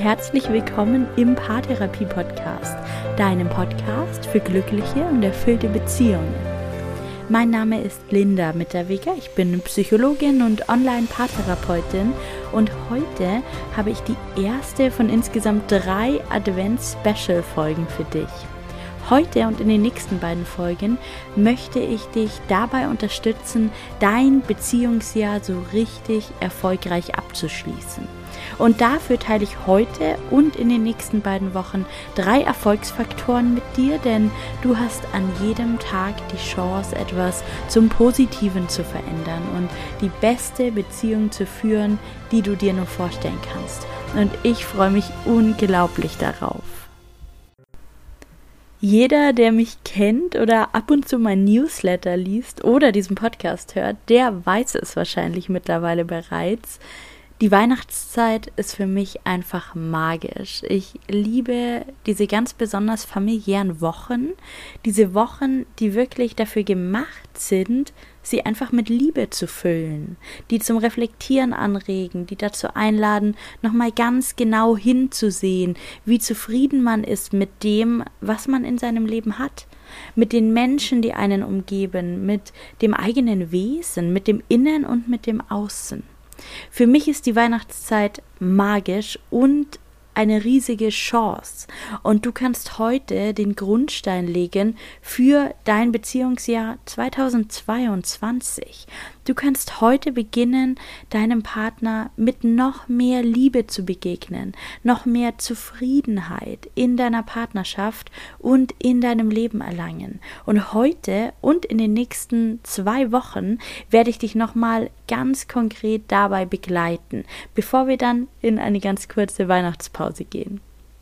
herzlich willkommen im Paartherapie-Podcast, deinem Podcast für glückliche und erfüllte Beziehungen. Mein Name ist Linda Mitterweger, ich bin Psychologin und Online-Paartherapeutin und heute habe ich die erste von insgesamt 3 Advents-Special-Folgen für dich. Heute und in den nächsten beiden Folgen möchte ich dich dabei unterstützen, dein Beziehungsjahr so richtig erfolgreich abzuschließen. Und dafür teile ich heute und in den nächsten beiden Wochen 3 Erfolgsfaktoren mit dir, denn du hast an jedem Tag die Chance, etwas zum Positiven zu verändern und die beste Beziehung zu führen, die du dir nur vorstellen kannst. Und ich freue mich unglaublich darauf. Jeder, der mich kennt oder ab und zu mein Newsletter liest oder diesen Podcast hört, der weiß es wahrscheinlich mittlerweile bereits. Die Weihnachtszeit ist für mich einfach magisch. Ich liebe diese ganz besonders familiären Wochen, diese Wochen, die wirklich dafür gemacht sind, sie einfach mit Liebe zu füllen, die zum Reflektieren anregen, die dazu einladen, nochmal ganz genau hinzusehen, wie zufrieden man ist mit dem, was man in seinem Leben hat, mit den Menschen, die einen umgeben, mit dem eigenen Wesen, mit dem Innen und mit dem Außen. Für mich ist die Weihnachtszeit magisch und eine riesige Chance und du kannst heute den Grundstein legen für dein Beziehungsjahr 2022. Du kannst heute beginnen, deinem Partner mit noch mehr Liebe zu begegnen, noch mehr Zufriedenheit in deiner Partnerschaft und in deinem Leben erlangen. Und heute und in den nächsten 2 Wochen werde ich dich nochmal ganz konkret dabei begleiten, bevor wir dann in eine ganz kurze Weihnachtspause gehen.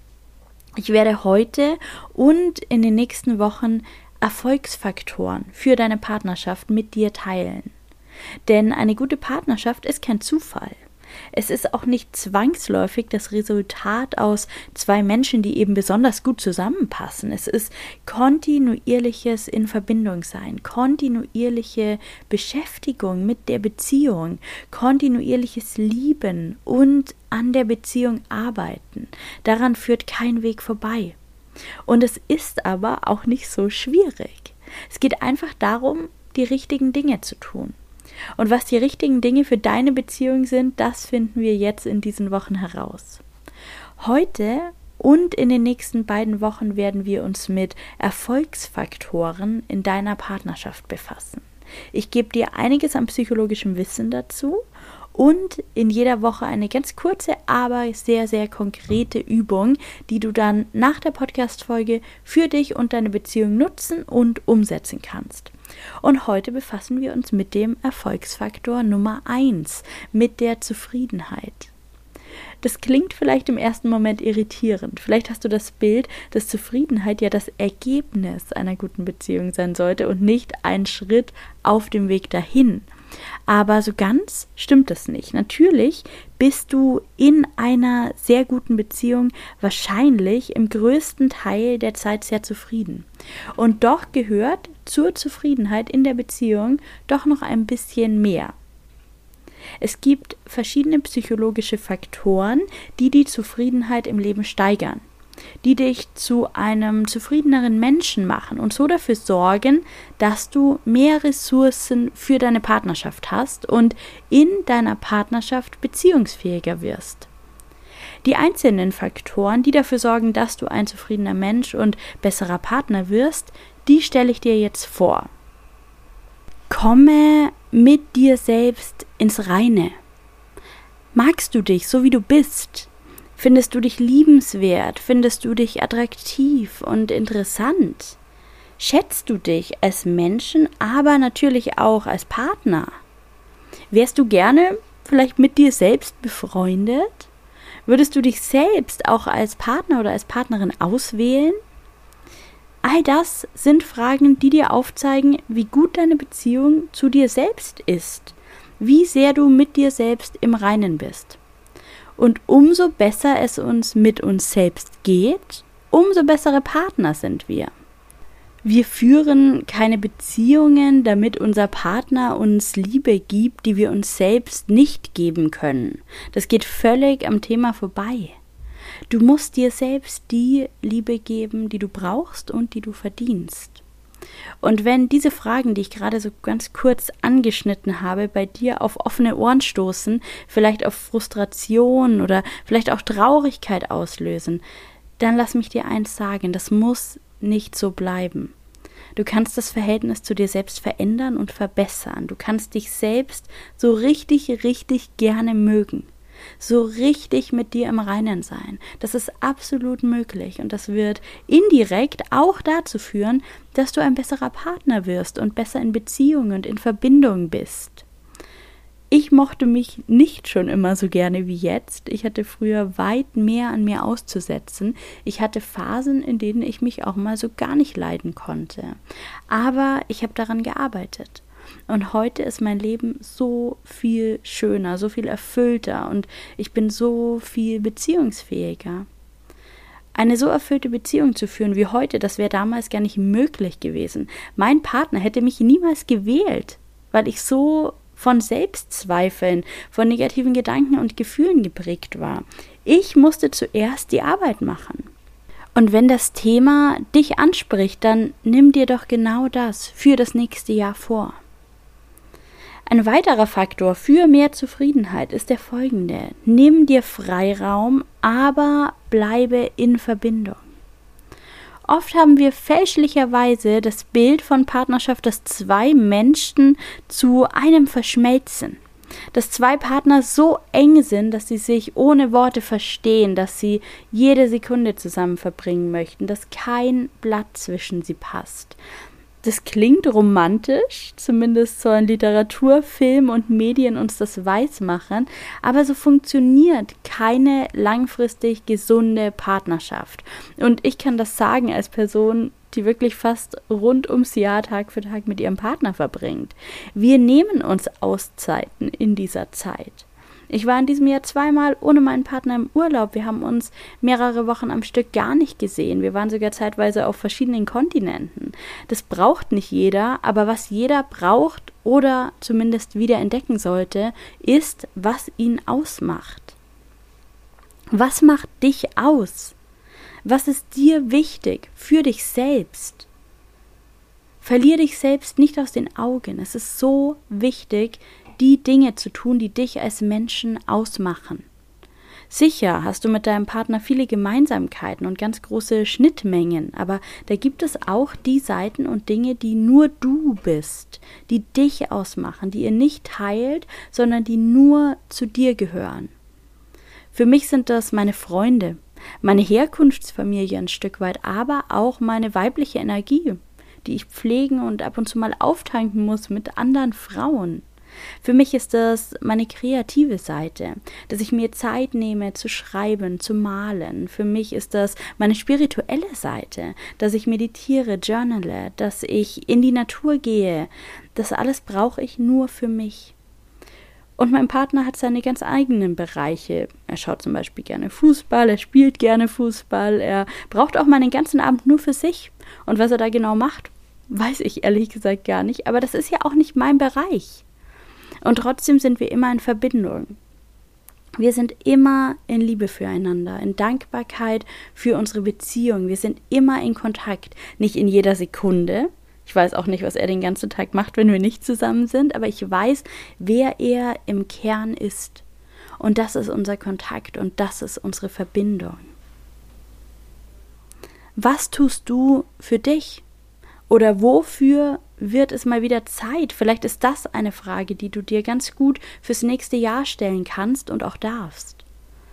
Ich werde heute und in den nächsten Wochen Erfolgsfaktoren für deine Partnerschaft mit dir teilen. Denn eine gute Partnerschaft ist kein Zufall. Es ist auch nicht zwangsläufig das Resultat aus 2 Menschen, die eben besonders gut zusammenpassen. Es ist kontinuierliches in Verbindung sein, kontinuierliche Beschäftigung mit der Beziehung, kontinuierliches Lieben und an der Beziehung arbeiten. Daran führt kein Weg vorbei. Und es ist aber auch nicht so schwierig. Es geht einfach darum, die richtigen Dinge zu tun. Und was die richtigen Dinge für deine Beziehung sind, das finden wir jetzt in diesen Wochen heraus. Heute und in den nächsten beiden Wochen werden wir uns mit Erfolgsfaktoren in deiner Partnerschaft befassen. Ich gebe dir einiges an psychologischem Wissen dazu und in jeder Woche eine ganz kurze, aber sehr, sehr konkrete Übung, die du dann nach der Podcast-Folge für dich und deine Beziehung nutzen und umsetzen kannst. Und heute befassen wir uns mit dem Erfolgsfaktor Nummer 1, mit der Zufriedenheit. Das klingt vielleicht im ersten Moment irritierend. Vielleicht hast du das Bild, dass Zufriedenheit ja das Ergebnis einer guten Beziehung sein sollte und nicht ein Schritt auf dem Weg dahin. Aber so ganz stimmt das nicht. Natürlich bist du in einer sehr guten Beziehung wahrscheinlich im größten Teil der Zeit sehr zufrieden. Und doch gehört zur Zufriedenheit in der Beziehung doch noch ein bisschen mehr. Es gibt verschiedene psychologische Faktoren, die die Zufriedenheit im Leben steigern, die dich zu einem zufriedeneren Menschen machen und so dafür sorgen, dass du mehr Ressourcen für deine Partnerschaft hast und in deiner Partnerschaft beziehungsfähiger wirst. Die einzelnen Faktoren, die dafür sorgen, dass du ein zufriedener Mensch und besserer Partner wirst, die stelle ich dir jetzt vor. Komme mit dir selbst ins Reine. Magst du dich so, wie du bist? Findest du dich liebenswert? Findest du dich attraktiv und interessant? Schätzt du dich als Menschen, aber natürlich auch als Partner? Wärst du gerne vielleicht mit dir selbst befreundet? Würdest du dich selbst auch als Partner oder als Partnerin auswählen? All das sind Fragen, die dir aufzeigen, wie gut deine Beziehung zu dir selbst ist, wie sehr du mit dir selbst im Reinen bist. Und umso besser es uns mit uns selbst geht, umso bessere Partner sind wir. Wir führen keine Beziehungen, damit unser Partner uns Liebe gibt, die wir uns selbst nicht geben können. Das geht völlig am Thema vorbei. Du musst dir selbst die Liebe geben, die du brauchst und die du verdienst. Und wenn diese Fragen, die ich gerade so ganz kurz angeschnitten habe, bei dir auf offene Ohren stoßen, vielleicht auf Frustration oder vielleicht auch Traurigkeit auslösen, dann lass mich dir eins sagen, das muss nicht so bleiben. Du kannst das Verhältnis zu dir selbst verändern und verbessern. Du kannst dich selbst so richtig, richtig gerne mögen. So richtig mit dir im Reinen sein. Das ist absolut möglich und das wird indirekt auch dazu führen, dass du ein besserer Partner wirst und besser in Beziehung und in Verbindung bist. Ich mochte mich nicht schon immer so gerne wie jetzt. Ich hatte früher weit mehr an mir auszusetzen. Ich hatte Phasen, in denen ich mich auch mal so gar nicht leiden konnte. Aber ich habe daran gearbeitet. Und heute ist mein Leben so viel schöner, so viel erfüllter und ich bin so viel beziehungsfähiger. Eine so erfüllte Beziehung zu führen wie heute, das wäre damals gar nicht möglich gewesen. Mein Partner hätte mich niemals gewählt, weil ich so von Selbstzweifeln, von negativen Gedanken und Gefühlen geprägt war. Ich musste zuerst die Arbeit machen. Und wenn das Thema dich anspricht, dann nimm dir doch genau das für das nächste Jahr vor. Ein weiterer Faktor für mehr Zufriedenheit ist der folgende. Nimm dir Freiraum, aber bleibe in Verbindung. Oft haben wir fälschlicherweise das Bild von Partnerschaft, dass zwei Menschen zu einem verschmelzen. Dass zwei Partner so eng sind, dass sie sich ohne Worte verstehen, dass sie jede Sekunde zusammen verbringen möchten, dass kein Blatt zwischen sie passt. Das klingt romantisch, zumindest sollen Literatur, Film und Medien uns das weismachen, aber so funktioniert keine langfristig gesunde Partnerschaft. Und ich kann das sagen als Person, die wirklich fast rund ums Jahr Tag für Tag mit ihrem Partner verbringt. Wir nehmen uns Auszeiten in dieser Zeit. Ich war in diesem Jahr 2-mal ohne meinen Partner im Urlaub. Wir haben uns mehrere Wochen am Stück gar nicht gesehen. Wir waren sogar zeitweise auf verschiedenen Kontinenten. Das braucht nicht jeder, aber was jeder braucht oder zumindest wieder entdecken sollte, ist, was ihn ausmacht. Was macht dich aus? Was ist dir wichtig für dich selbst? Verlier dich selbst nicht aus den Augen. Es ist so wichtig, die Dinge zu tun, die dich als Menschen ausmachen. Sicher hast du mit deinem Partner viele Gemeinsamkeiten und ganz große Schnittmengen, aber da gibt es auch die Seiten und Dinge, die nur du bist, die dich ausmachen, die ihr nicht teilt, sondern die nur zu dir gehören. Für mich sind das meine Freunde, meine Herkunftsfamilie ein Stück weit, aber auch meine weibliche Energie, die ich pflegen und ab und zu mal auftanken muss mit anderen Frauen. Für mich ist das meine kreative Seite, dass ich mir Zeit nehme zu schreiben, zu malen. Für mich ist das meine spirituelle Seite, dass ich meditiere, journale, dass ich in die Natur gehe. Das alles brauche ich nur für mich. Und mein Partner hat seine ganz eigenen Bereiche. Er schaut zum Beispiel gerne Fußball, er spielt gerne Fußball, er braucht auch mal den ganzen Abend nur für sich. Und was er da genau macht, weiß ich ehrlich gesagt gar nicht, aber das ist ja auch nicht mein Bereich. Und trotzdem sind wir immer in Verbindung. Wir sind immer in Liebe füreinander, in Dankbarkeit für unsere Beziehung. Wir sind immer in Kontakt, nicht in jeder Sekunde. Ich weiß auch nicht, was er den ganzen Tag macht, wenn wir nicht zusammen sind, aber ich weiß, wer er im Kern ist. Und das ist unser Kontakt und das ist unsere Verbindung. Was tust du für dich? Oder wofür wird es mal wieder Zeit? Vielleicht ist das eine Frage, die du dir ganz gut fürs nächste Jahr stellen kannst und auch darfst.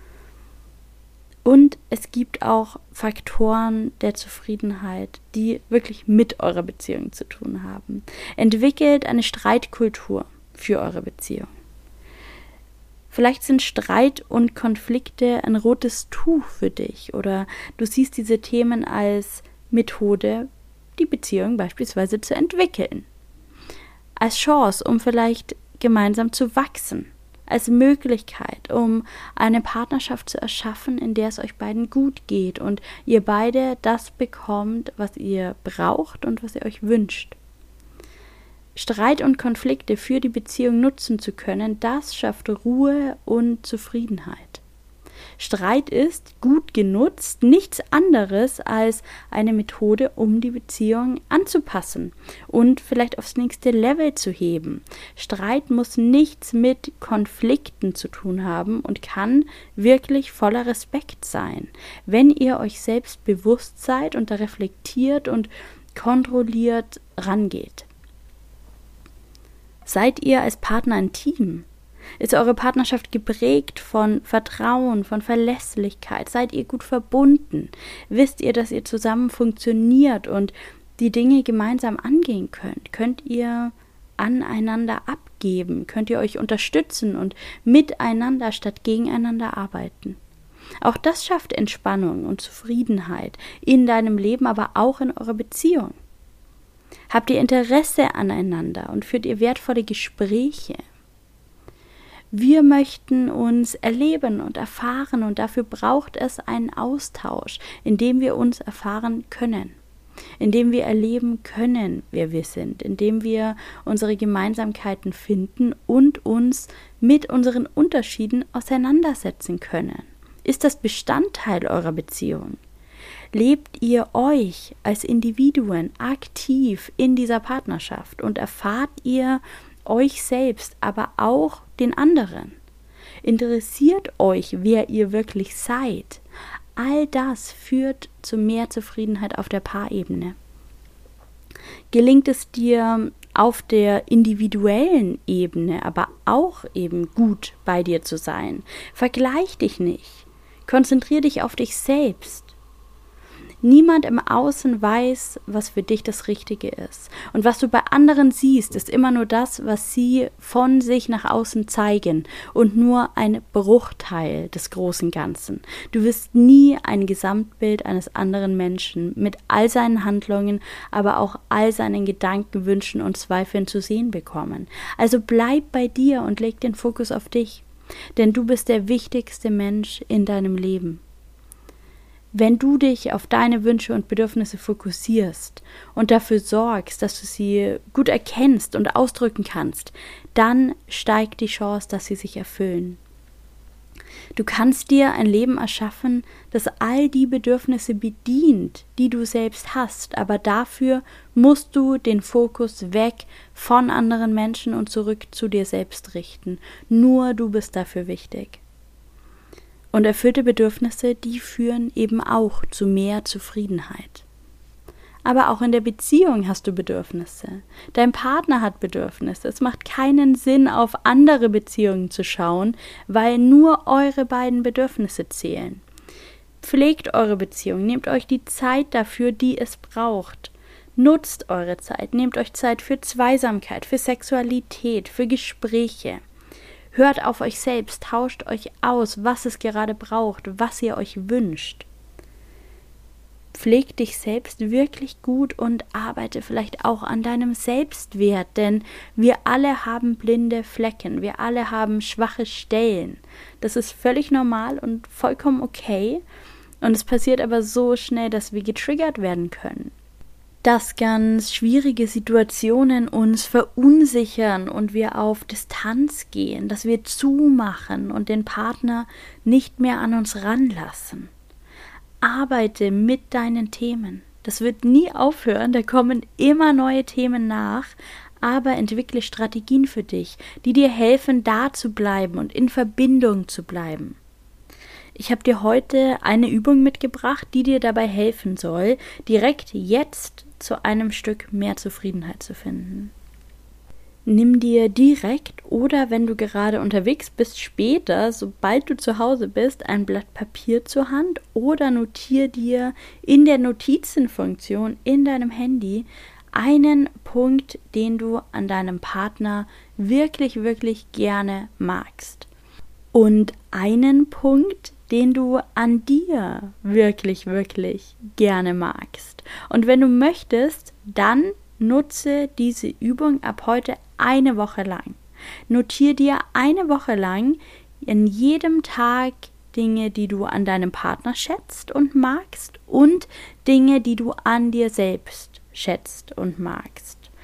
Und es gibt auch Faktoren der Zufriedenheit, die wirklich mit eurer Beziehung zu tun haben. Entwickelt eine Streitkultur für eure Beziehung. Vielleicht sind Streit und Konflikte ein rotes Tuch für dich oder du siehst diese Themen als Methode, die Beziehung beispielsweise zu entwickeln. Als Chance, um vielleicht gemeinsam zu wachsen. Als Möglichkeit, um eine Partnerschaft zu erschaffen, in der es euch beiden gut geht und ihr beide das bekommt, was ihr braucht und was ihr euch wünscht. Streit und Konflikte für die Beziehung nutzen zu können, das schafft Ruhe und Zufriedenheit. Streit ist, gut genutzt, nichts anderes als eine Methode, um die Beziehung anzupassen und vielleicht aufs nächste Level zu heben. Streit muss nichts mit Konflikten zu tun haben und kann wirklich voller Respekt sein, wenn ihr euch selbst bewusst seid und da reflektiert und kontrolliert rangeht. Seid ihr als Partner ein Team? Ist eure Partnerschaft geprägt von Vertrauen, von Verlässlichkeit? Seid ihr gut verbunden? Wisst ihr, dass ihr zusammen funktioniert und die Dinge gemeinsam angehen könnt? Könnt ihr aneinander abgeben? Könnt ihr euch unterstützen und miteinander statt gegeneinander arbeiten? Auch das schafft Entspannung und Zufriedenheit in deinem Leben, aber auch in eurer Beziehung. Habt ihr Interesse aneinander und führt ihr wertvolle Gespräche? Wir möchten uns erleben und erfahren und dafür braucht es einen Austausch, in dem wir uns erfahren können, in dem wir erleben können, wer wir sind, in dem wir unsere Gemeinsamkeiten finden und uns mit unseren Unterschieden auseinandersetzen können. Ist das Bestandteil eurer Beziehung? Lebt ihr euch als Individuen aktiv in dieser Partnerschaft und erfahrt ihr euch selbst, aber auch den anderen? Interessiert euch, wer ihr wirklich seid? All das führt zu mehr Zufriedenheit auf der Paarebene. Gelingt es dir auf der individuellen Ebene, aber auch eben gut bei dir zu sein? Vergleich dich nicht. Konzentrier dich auf dich selbst. Niemand im Außen weiß, was für dich das Richtige ist. Und was du bei anderen siehst, ist immer nur das, was sie von sich nach außen zeigen und nur ein Bruchteil des großen Ganzen. Du wirst nie ein Gesamtbild eines anderen Menschen mit all seinen Handlungen, aber auch all seinen Gedanken, Wünschen und Zweifeln zu sehen bekommen. Also bleib bei dir und leg den Fokus auf dich, denn du bist der wichtigste Mensch in deinem Leben. Wenn du dich auf deine Wünsche und Bedürfnisse fokussierst und dafür sorgst, dass du sie gut erkennst und ausdrücken kannst, dann steigt die Chance, dass sie sich erfüllen. Du kannst dir ein Leben erschaffen, das all die Bedürfnisse bedient, die du selbst hast, aber dafür musst du den Fokus weg von anderen Menschen und zurück zu dir selbst richten. Nur du bist dafür wichtig. Und erfüllte Bedürfnisse, die führen eben auch zu mehr Zufriedenheit. Aber auch in der Beziehung hast du Bedürfnisse. Dein Partner hat Bedürfnisse. Es macht keinen Sinn, auf andere Beziehungen zu schauen, weil nur eure beiden Bedürfnisse zählen. Pflegt eure Beziehung, nehmt euch die Zeit dafür, die es braucht. Nutzt eure Zeit, nehmt euch Zeit für Zweisamkeit, für Sexualität, für Gespräche. Hört auf euch selbst, tauscht euch aus, was es gerade braucht, was ihr euch wünscht. Pfleg dich selbst wirklich gut und arbeite vielleicht auch an deinem Selbstwert, denn wir alle haben blinde Flecken, wir alle haben schwache Stellen. Das ist völlig normal und vollkommen okay und es passiert aber so schnell, dass wir getriggert werden können. Dass ganz schwierige Situationen uns verunsichern und wir auf Distanz gehen, dass wir zumachen und den Partner nicht mehr an uns ranlassen. Arbeite mit deinen Themen. Das wird nie aufhören, da kommen immer neue Themen nach, aber entwickle Strategien für dich, die dir helfen, da zu bleiben und in Verbindung zu bleiben. Ich habe dir heute eine Übung mitgebracht, die dir dabei helfen soll, direkt jetzt zu einem Stück mehr Zufriedenheit zu finden. Nimm dir direkt oder wenn du gerade unterwegs bist, später, sobald du zu Hause bist, ein Blatt Papier zur Hand oder notier dir in der Notizenfunktion in deinem Handy einen Punkt, den du an deinem Partner wirklich, wirklich gerne magst. Und einen Punkt, den du an dir wirklich, wirklich gerne magst. Und wenn du möchtest, dann nutze diese Übung ab heute eine Woche lang. Notier dir eine Woche lang an jedem Tag Dinge, die du an deinem Partner schätzt und magst und Dinge, die du an dir selbst schätzt und magst.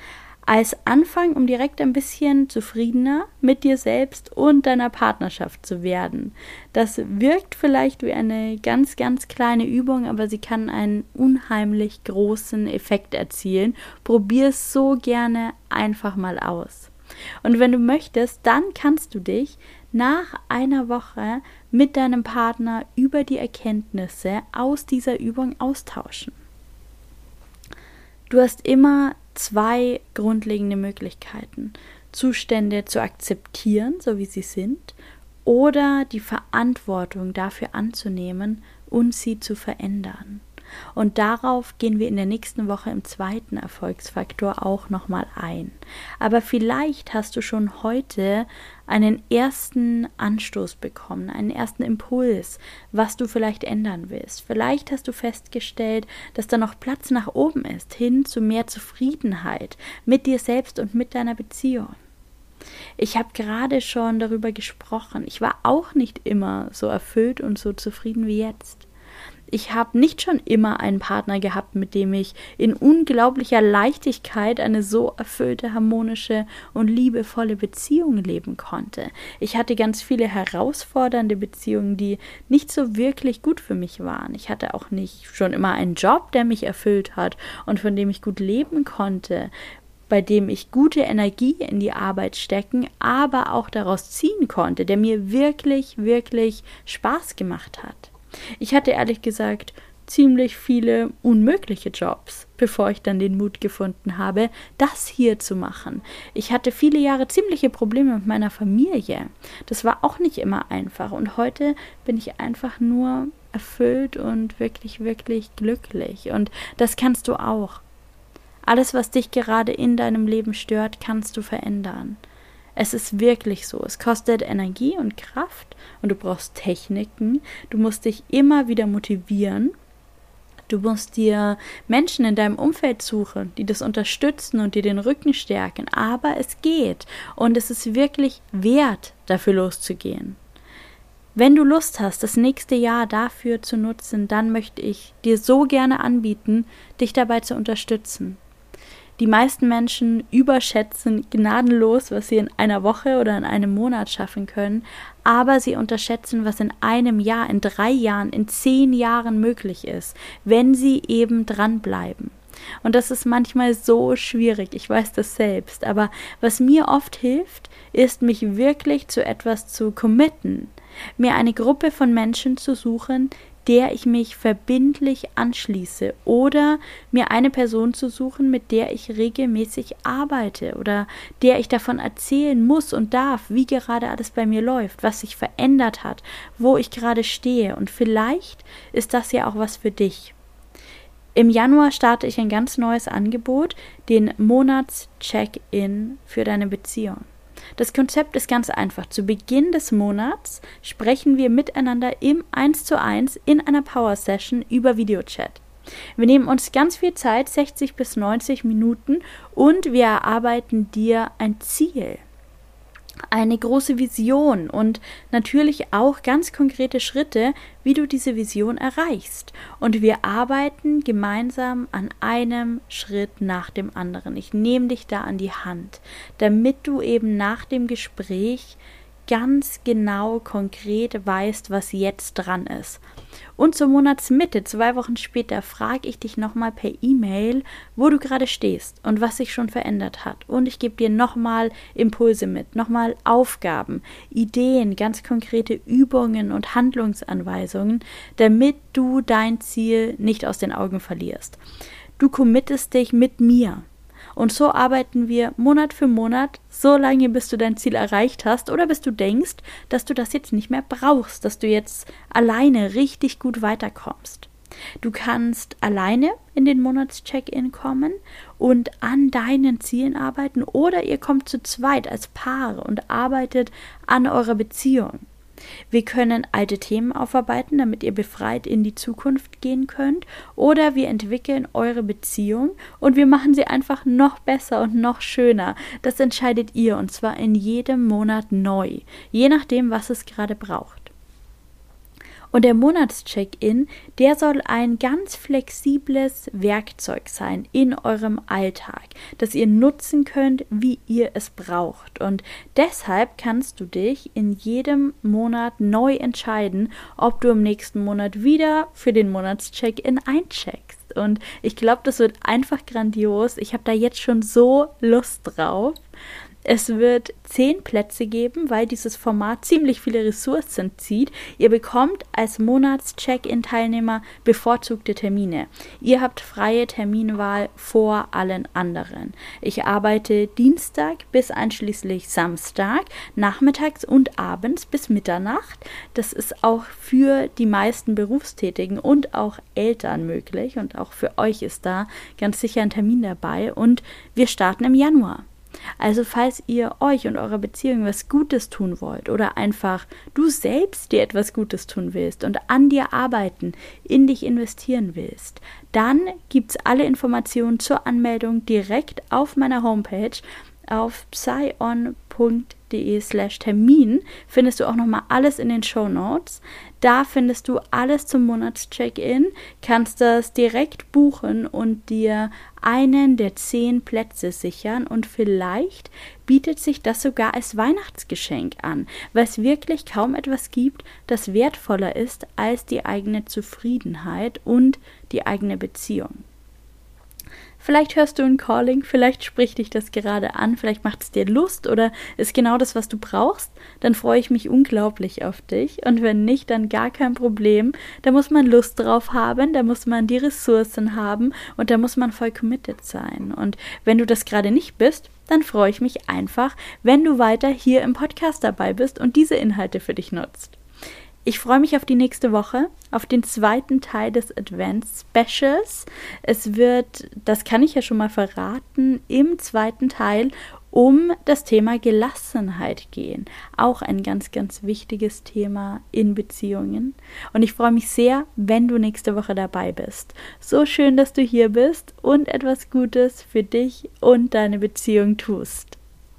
als Anfang, um direkt ein bisschen zufriedener mit dir selbst und deiner Partnerschaft zu werden. Das wirkt vielleicht wie eine ganz, ganz kleine Übung, aber sie kann einen unheimlich großen Effekt erzielen. Probier es so gerne einfach mal aus. Und wenn du möchtest, dann kannst du dich nach einer Woche mit deinem Partner über die Erkenntnisse aus dieser Übung austauschen. Du hast immer 2 grundlegende Möglichkeiten: Zustände zu akzeptieren, so wie sie sind, oder die Verantwortung dafür anzunehmen und sie zu verändern. Und darauf gehen wir in der nächsten Woche im 2. Erfolgsfaktor auch nochmal ein. Aber vielleicht hast du schon heute einen ersten Anstoß bekommen, einen ersten Impuls, was du vielleicht ändern willst. Vielleicht hast du festgestellt, dass da noch Platz nach oben ist, hin zu mehr Zufriedenheit mit dir selbst und mit deiner Beziehung. Ich habe gerade schon darüber gesprochen. Ich war auch nicht immer so erfüllt und so zufrieden wie jetzt. Ich habe nicht schon immer einen Partner gehabt, mit dem ich in unglaublicher Leichtigkeit eine so erfüllte, harmonische und liebevolle Beziehung leben konnte. Ich hatte ganz viele herausfordernde Beziehungen, die nicht so wirklich gut für mich waren. Ich hatte auch nicht schon immer einen Job, der mich erfüllt hat und von dem ich gut leben konnte, bei dem ich gute Energie in die Arbeit stecken, aber auch daraus ziehen konnte, der mir wirklich, wirklich Spaß gemacht hat. Ich hatte ehrlich gesagt ziemlich viele unmögliche Jobs, bevor ich dann den Mut gefunden habe, das hier zu machen. Ich hatte viele Jahre ziemliche Probleme mit meiner Familie. Das war auch nicht immer einfach. Und heute bin ich einfach nur erfüllt und wirklich, wirklich glücklich. Und das kannst du auch. Alles, was dich gerade in deinem Leben stört, kannst du verändern. Es ist wirklich so. Es kostet Energie und Kraft und du brauchst Techniken. Du musst dich immer wieder motivieren. Du musst dir Menschen in deinem Umfeld suchen, die das unterstützen und dir den Rücken stärken. Aber es geht und es ist wirklich wert, dafür loszugehen. Wenn du Lust hast, das nächste Jahr dafür zu nutzen, dann möchte ich dir so gerne anbieten, dich dabei zu unterstützen. Die meisten Menschen überschätzen gnadenlos, was sie in einer Woche oder in einem Monat schaffen können, aber sie unterschätzen, was in einem Jahr, in 3 Jahren, in 10 Jahren möglich ist, wenn sie eben dranbleiben. Und das ist manchmal so schwierig, ich weiß das selbst, aber was mir oft hilft, ist, mich wirklich zu etwas zu committen, mir eine Gruppe von Menschen zu suchen, der ich mich verbindlich anschließe oder mir eine Person zu suchen, mit der ich regelmäßig arbeite oder der ich davon erzählen muss und darf, wie gerade alles bei mir läuft, was sich verändert hat, wo ich gerade stehe. Und vielleicht ist das ja auch was für dich. Im Januar starte ich ein ganz neues Angebot, den Monats-Check-In für deine Beziehung. Das Konzept ist ganz einfach. Zu Beginn des Monats sprechen wir miteinander im 1:1 in einer Power-Session über Videochat. Wir nehmen uns ganz viel Zeit, 60 bis 90 Minuten, und wir erarbeiten dir ein Ziel, eine große Vision und natürlich auch ganz konkrete Schritte, wie du diese Vision erreichst. Und wir arbeiten gemeinsam an einem Schritt nach dem anderen. Ich nehme dich da an die Hand, damit du eben nach dem Gespräch ganz genau, konkret weißt, was jetzt dran ist. Und zur Monatsmitte, 2 Wochen später, frage ich dich nochmal per E-Mail, wo du gerade stehst und was sich schon verändert hat. Und ich gebe dir nochmal Impulse mit, nochmal Aufgaben, Ideen, ganz konkrete Übungen und Handlungsanweisungen, damit du dein Ziel nicht aus den Augen verlierst. Du committest dich mit mir. Und so arbeiten wir Monat für Monat, so lange, bis du dein Ziel erreicht hast oder bis du denkst, dass du das jetzt nicht mehr brauchst, dass du jetzt alleine richtig gut weiterkommst. Du kannst alleine in den Monats-Check-In kommen und an deinen Zielen arbeiten oder ihr kommt zu zweit als Paar und arbeitet an eurer Beziehung. Wir können alte Themen aufarbeiten, damit ihr befreit in die Zukunft gehen könnt, oder wir entwickeln eure Beziehung und wir machen sie einfach noch besser und noch schöner. Das entscheidet ihr, und zwar in jedem Monat neu, je nachdem, was es gerade braucht. Und der Monatscheck-in, der soll ein ganz flexibles Werkzeug sein in eurem Alltag, das ihr nutzen könnt, wie ihr es braucht. Und deshalb kannst du dich in jedem Monat neu entscheiden, ob du im nächsten Monat wieder für den Monatscheck-in eincheckst. Und ich glaube, das wird einfach grandios. Ich habe da jetzt schon so Lust drauf. Es wird 10 Plätze geben, weil dieses Format ziemlich viele Ressourcen zieht. Ihr bekommt als Monats-Check-in-Teilnehmer bevorzugte Termine. Ihr habt freie Terminwahl vor allen anderen. Ich arbeite Dienstag bis einschließlich Samstag, nachmittags und abends bis Mitternacht. Das ist auch für die meisten Berufstätigen und auch Eltern möglich. Und auch für euch ist da ganz sicher ein Termin dabei. Und wir starten im Januar. Also falls ihr euch und eurer Beziehung was Gutes tun wollt oder einfach du selbst dir etwas Gutes tun willst und an dir arbeiten, in dich investieren willst, dann gibt es alle Informationen zur Anmeldung direkt auf meiner Homepage auf psyon.de/Termin findest du auch nochmal alles in den Shownotes. Da findest du alles zum Monatscheck-in, kannst das direkt buchen und dir einen der 10 Plätze sichern und vielleicht bietet sich das sogar als Weihnachtsgeschenk an, weil es wirklich kaum etwas gibt, das wertvoller ist als die eigene Zufriedenheit und die eigene Beziehung. Vielleicht hörst du ein Calling, vielleicht spricht dich das gerade an, vielleicht macht es dir Lust oder ist genau das, was du brauchst, dann freue ich mich unglaublich auf dich und wenn nicht, dann gar kein Problem, da muss man Lust drauf haben, da muss man die Ressourcen haben und da muss man voll committed sein und wenn du das gerade nicht bist, dann freue ich mich einfach, wenn du weiter hier im Podcast dabei bist und diese Inhalte für dich nutzt. Ich freue mich auf die nächste Woche, auf den 2. Teil des Advents-Specials. Es wird, das kann ich ja schon mal verraten, im 2. Teil um das Thema Gelassenheit gehen. Auch ein ganz, ganz wichtiges Thema in Beziehungen. Und ich freue mich sehr, wenn du nächste Woche dabei bist. So schön, dass du hier bist und etwas Gutes für dich und deine Beziehung tust.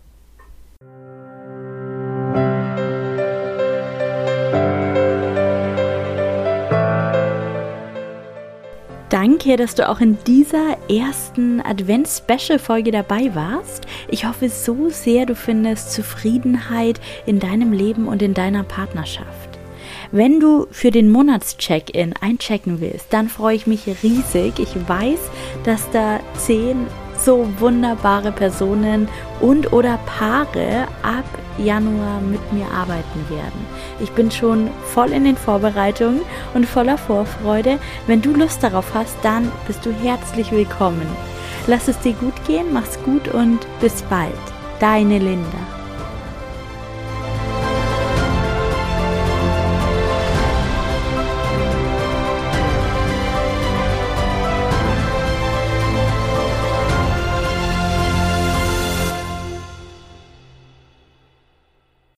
Danke, dass du auch in dieser ersten Advents-Special-Folge dabei warst. Ich hoffe so sehr, du findest Zufriedenheit in deinem Leben und in deiner Partnerschaft. Wenn du für den Monatscheck-in einchecken willst, dann freue ich mich riesig. Ich weiß, dass da 10 so wunderbare Personen und oder Paare ab Januar mit mir arbeiten werden. Ich bin schon voll in den Vorbereitungen und voller Vorfreude. Wenn du Lust darauf hast, dann bist du herzlich willkommen. Lass es dir gut gehen, mach's gut und bis bald. Deine Linda.